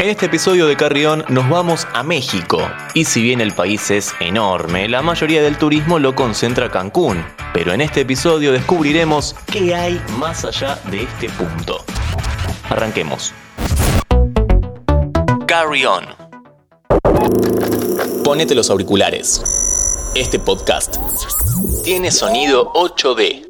En este episodio de Carrión nos vamos a México. Y si bien el país es enorme, la mayoría del turismo lo concentra Cancún. Pero en este episodio descubriremos qué hay más allá de este punto. Arranquemos. Carrión. Ponete los auriculares. Este podcast tiene sonido 8D.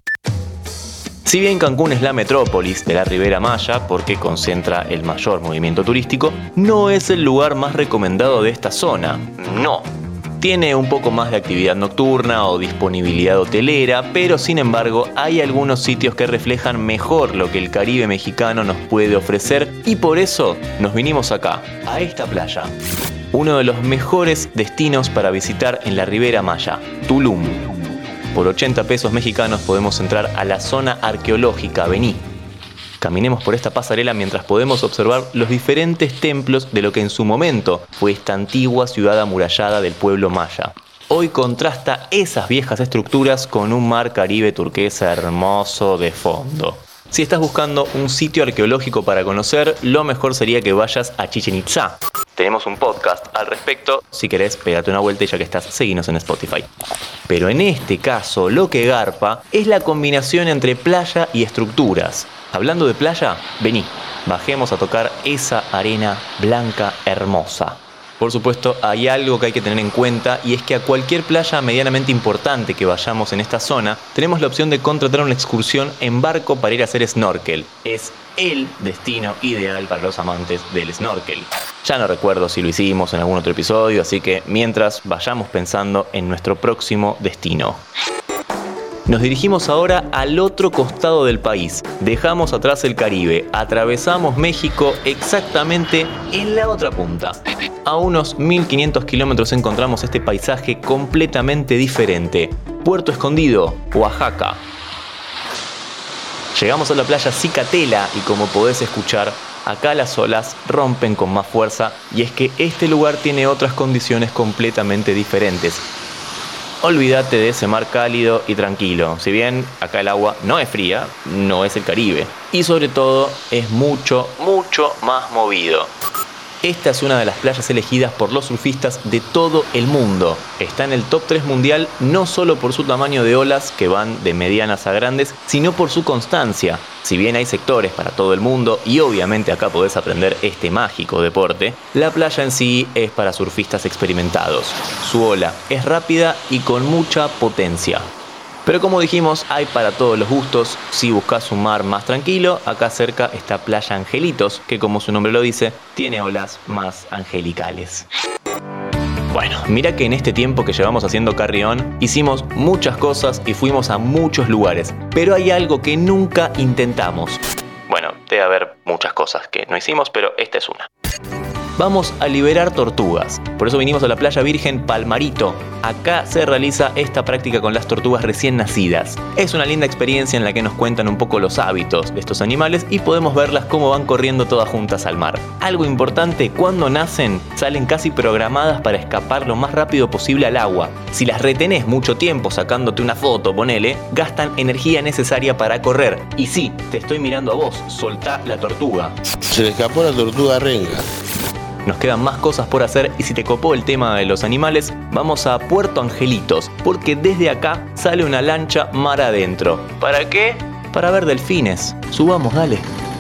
Si bien Cancún es la metrópolis de la Ribera Maya porque concentra el mayor movimiento turístico, no es el lugar más recomendado de esta zona. No. Tiene un poco más de actividad nocturna o disponibilidad hotelera, pero sin embargo hay algunos sitios que reflejan mejor lo que el Caribe mexicano nos puede ofrecer y por eso nos vinimos acá, a esta playa. Uno de los mejores destinos para visitar en la Ribera Maya, Tulum. Por 80 pesos mexicanos podemos entrar a la zona arqueológica, vení. Caminemos por esta pasarela mientras podemos observar los diferentes templos de lo que en su momento fue esta antigua ciudad amurallada del pueblo maya. Hoy contrasta esas viejas estructuras con un mar Caribe turquesa hermoso de fondo. Si estás buscando un sitio arqueológico para conocer, lo mejor sería que vayas a Chichén Itzá. Tenemos un podcast al respecto, si querés pégate una vuelta y ya que estás, seguinos en Spotify. Pero en este caso, lo que garpa es la combinación entre playa y estructuras. Hablando de playa, vení, bajemos a tocar esa arena blanca hermosa. Por supuesto, hay algo que hay que tener en cuenta y es que a cualquier playa medianamente importante que vayamos en esta zona, tenemos la opción de contratar una excursión en barco para ir a hacer snorkel. Es el destino ideal para los amantes del snorkel. Ya no recuerdo si lo hicimos en algún otro episodio, así que mientras vayamos pensando en nuestro próximo destino. Nos dirigimos ahora al otro costado del país. Dejamos atrás el Caribe, atravesamos México exactamente en la otra punta. A unos 1500 kilómetros encontramos este paisaje completamente diferente. Puerto Escondido, Oaxaca. Llegamos a la playa Cicatela y como podés escuchar, acá las olas rompen con más fuerza y es que este lugar tiene otras condiciones completamente diferentes. Olvídate de ese mar cálido y tranquilo. Si bien acá el agua no es fría, no es el Caribe. Y sobre todo es mucho, mucho más movido. Esta es una de las playas elegidas por los surfistas de todo el mundo. Está en el top 3 mundial no solo por su tamaño de olas, que van de medianas a grandes, sino por su constancia. Si bien hay sectores para todo el mundo y obviamente acá podés aprender este mágico deporte, la playa en sí es para surfistas experimentados. Su ola es rápida y con mucha potencia. Pero como dijimos, hay para todos los gustos. Si buscas un mar más tranquilo, acá cerca está Playa Angelitos, que como su nombre lo dice, tiene olas más angelicales. Bueno, mira que en este tiempo que llevamos haciendo Carrión, hicimos muchas cosas y fuimos a muchos lugares, pero hay algo que nunca intentamos. Bueno, debe haber muchas cosas que no hicimos, pero esta es una. Vamos a liberar tortugas. Por eso vinimos a la playa virgen Palmarito. Acá se realiza esta práctica con las tortugas recién nacidas. Es una linda experiencia en la que nos cuentan un poco los hábitos de estos animales y podemos verlas cómo van corriendo todas juntas al mar. Algo importante, cuando nacen, salen casi programadas para escapar lo más rápido posible al agua. Si las retenés mucho tiempo sacándote una foto, ponele, gastan energía necesaria para correr. Y sí, te estoy mirando a vos, soltá la tortuga. Se le escapó la tortuga renga. Nos quedan más cosas por hacer y si te copó el tema de los animales, vamos a Puerto Angelitos, porque desde acá sale una lancha mar adentro. ¿Para qué? Para ver delfines. Subamos, dale.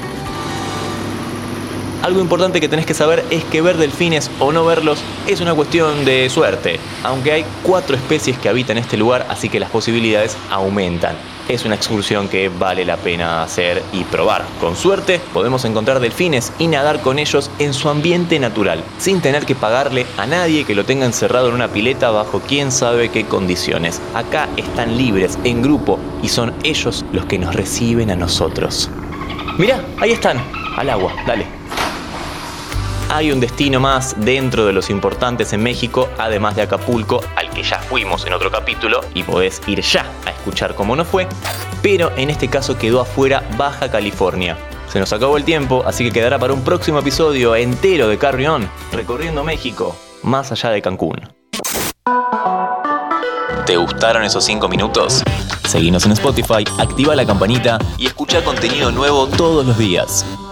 Algo importante que tenés que saber es que ver delfines o no verlos es una cuestión de suerte, aunque hay 4 especies que habitan este lugar, así que las posibilidades aumentan. Es una excursión que vale la pena hacer y probar. Con suerte podemos encontrar delfines y nadar con ellos en su ambiente natural, sin tener que pagarle a nadie que lo tenga encerrado en una pileta bajo quién sabe qué condiciones. Acá están libres, en grupo, y son ellos los que nos reciben a nosotros. Mirá, ahí están, al agua, dale. Hay un destino más dentro de los importantes en México, además de Acapulco, al que ya fuimos en otro capítulo y podés ir ya a escuchar cómo nos fue, pero en este caso quedó afuera Baja California. Se nos acabó el tiempo, así que quedará para un próximo episodio entero de Carrión, recorriendo México, más allá de Cancún. ¿Te gustaron esos 5 minutos? Seguinos en Spotify, activa la campanita y escucha contenido nuevo todos los días.